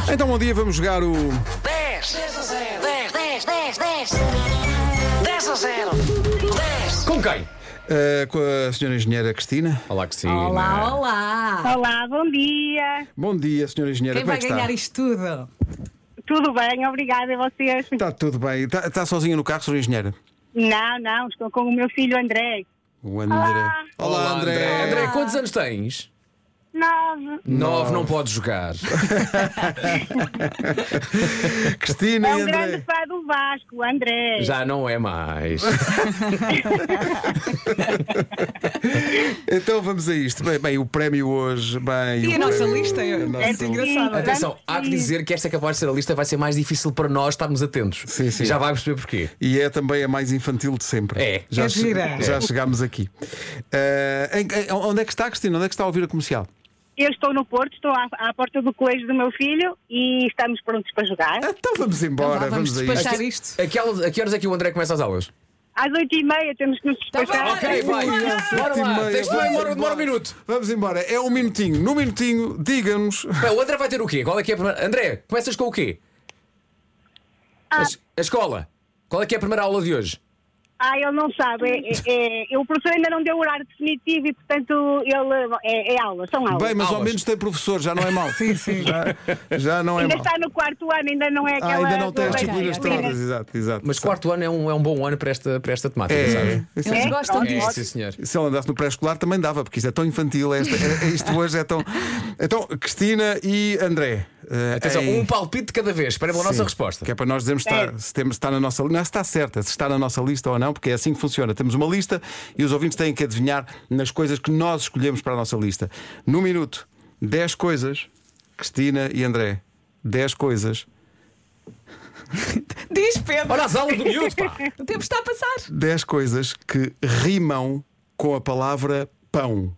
Então, bom dia, vamos jogar o 10 a 0. 10, 10, 10, 10. 10 a 0. 10. Com quem? com a senhora engenheira Cristina. Olá, Cristina. Olá, olá. Olá, bom dia. Bom dia, senhora engenheira. Quem Como vai é que ganhar está? isto tudo? Tudo bem, obrigada a vocês. Está tudo bem. Está sozinha no carro, senhora engenheira? Não, estou com o meu filho André. O André. Olá, André. André, quantos anos tens? 9. 9, não podes jogar. Cristina É e um grande André. fã do Vasco, André. Já não é mais. Então vamos a isto. Bem, o prémio hoje. E a nossa lista é nossa muito lista. engraçada. Atenção, há que dizer que esta é capaz de ser a lista, vai ser mais difícil para nós estarmos atentos. Sim, sim. E já vai perceber porquê. E é também a mais infantil de sempre. É. Já, É gira. já chegámos aqui. Onde é que está, Cristina? Onde é que está a ouvir a comercial? Eu estou no Porto, estou à porta do colégio do meu filho e estamos prontos para jogar. Então vamos embora, Vamos vamos a isto. despachar isto. A que horas é que o André começa as aulas? Às 8h30 temos que nos despachar. Tá Ok, vai. Bora lá. Tens de demora um minuto. Vamos embora, é um minutinho. No minutinho, diga-nos. Bem, o André vai ter o quê? Qual é que é a primeira... André, começas com o quê? A escola. Qual é que é a primeira aula de hoje? Ele não sabe. O professor ainda não deu o horário definitivo e, portanto, ele é aula, são aulas. Bem, mas ao Aulas. menos tem professor, já não é mau. Sim, sim. Já não é Ainda mau. está no quarto ano, ainda não é aquela. Ainda não tem as Ok, disciplinas ok. todas, exato. Mas quarto ano é um bom ano para esta temática, É, sabe? isso Eles é. gostam Pronto. disto. Sim, senhor. Se ele andasse no pré-escolar também dava, porque isto é tão infantil. Isto hoje é tão. Então, Cristina e André. Atenção, um palpite de cada vez. Espera pela nossa Sim, resposta. Que é para nós dizermos se está na nossa lista. Não é se está certa, se está na nossa lista ou não, porque é assim que funciona. Temos uma lista e os ouvintes têm que adivinhar nas coisas que nós escolhemos para a nossa lista. No minuto, 10 coisas, Cristina e André. 10 coisas. Diz, Pedro. Olha as aulas do miúdo, pá. O tempo está a passar. 10 coisas que rimam com a palavra pão.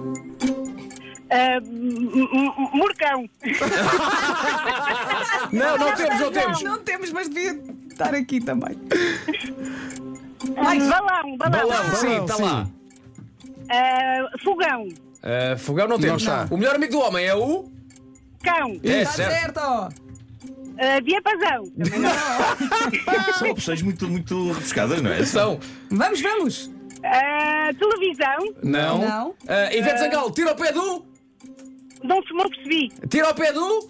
Murcão. Não temos. Não temos, mas devia estar aqui também. Balão. Balão, sim, Balão, está sim. lá. Fogão. Fogão não temos. está. O melhor amigo do homem é o... Cão. É Está certo. Diapasão. São opções muito rebuscadas, não é? São. Vamos. Televisão. Não. Ivete Sangalo, tira ao pé do... Não percebi. Tira ao pé do...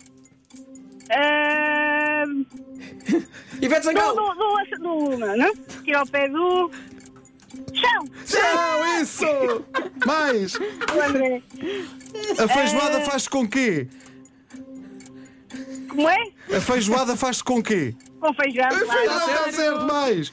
Ivete Sangalo. Não? Tira ao pé do. Chão. Não, isso! Mais! O André. A feijoada faz-se com quê? Como é? A feijoada faz-se com quê? Com feijão. Não, está certo, mais!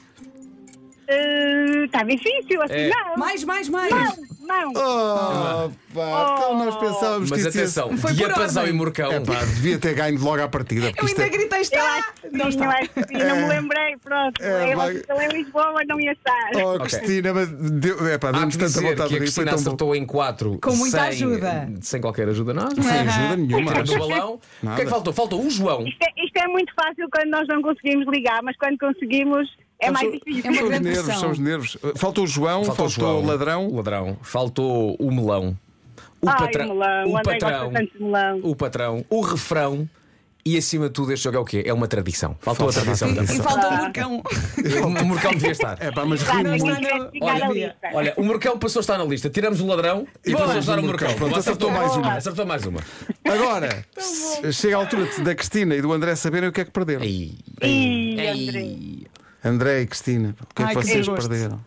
Está difícil assim, não. Mais. Não. Oh, pá, então nós pensávamos Mas que isso ia- atenção, Foi por diapasão ordem. e murcão. É pá, devia ter ganho logo à partida. Eu porque isto ainda gritei, Eu está. acho que sim, não me lembrei, pronto. vai- Ele em Lisboa não ia estar. Oh, Cristina, mas Há deu-nos que tanta dizer vontade que a de rir, foi Cristina tão bom. acertou em 4 Com muita ajuda. Sem qualquer ajuda nossa. Sem ajuda nenhuma. Tirando o balão. O que é que faltou? Faltou o João. Isto é muito fácil quando nós não conseguimos ligar, mas quando conseguimos é mais difícil. É uma São os grande nervos, pressão. são os nervos. Faltou o João, faltou João. o ladrão. O ladrão. Faltou o melão. O Ai, patrão. melão, O o André patrão. gosta tanto de melão. O patrão. O refrão. E acima de tudo, este jogo é o quê? É uma tradição. Faltou a tradição. E falta o Murcão. O Murcão devia estar. É pá, mas Claro, rimo eu muito. quero ficar na Olha, lista. Olha, o Murcão passou a estar na lista. Tiramos o ladrão e passou a estar o Murcão. Pronto, acertou mais uma. Acertou mais uma. Agora, chega a altura da Cristina e do André saberem o que é que perderam. Ei. Ih, André. André e Cristina, o que é que Ai, que vocês desgosto. perderam?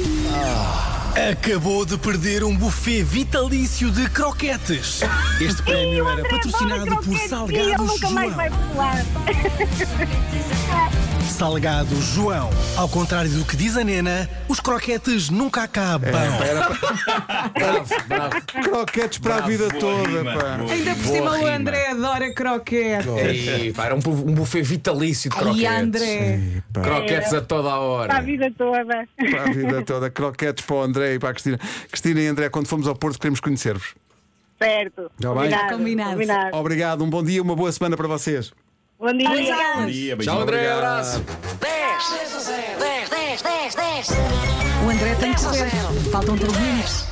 Acabou de perder um buffet vitalício de croquetes. Este prémio era patrocinado por Ele Salgados nunca mais vai João. pular. Salgado João. Ao contrário do que diz a Nena, os croquetes nunca acabam. Bravo. Croquetes para a vida toda, pá. Ainda por cima o André adora croquete. Ei, pá, era um buffet vitalício de E croquetes. André. Pá, Croquetes a toda a Para a hora. vida toda. para a vida toda. Croquetes para o André e para a Cristina. Cristina e André, quando fomos ao Porto, queremos conhecer-vos. Certo. Já bem? Combinado. Obrigado, um bom dia, uma boa semana para vocês. Bom dia. Bom dia, beijinho. Tchau, André. Obrigado. Abraço. 10 a 0. 10, 10, 10, 10. O André tem que 10 a correr. 0. Faltam 3 minutos.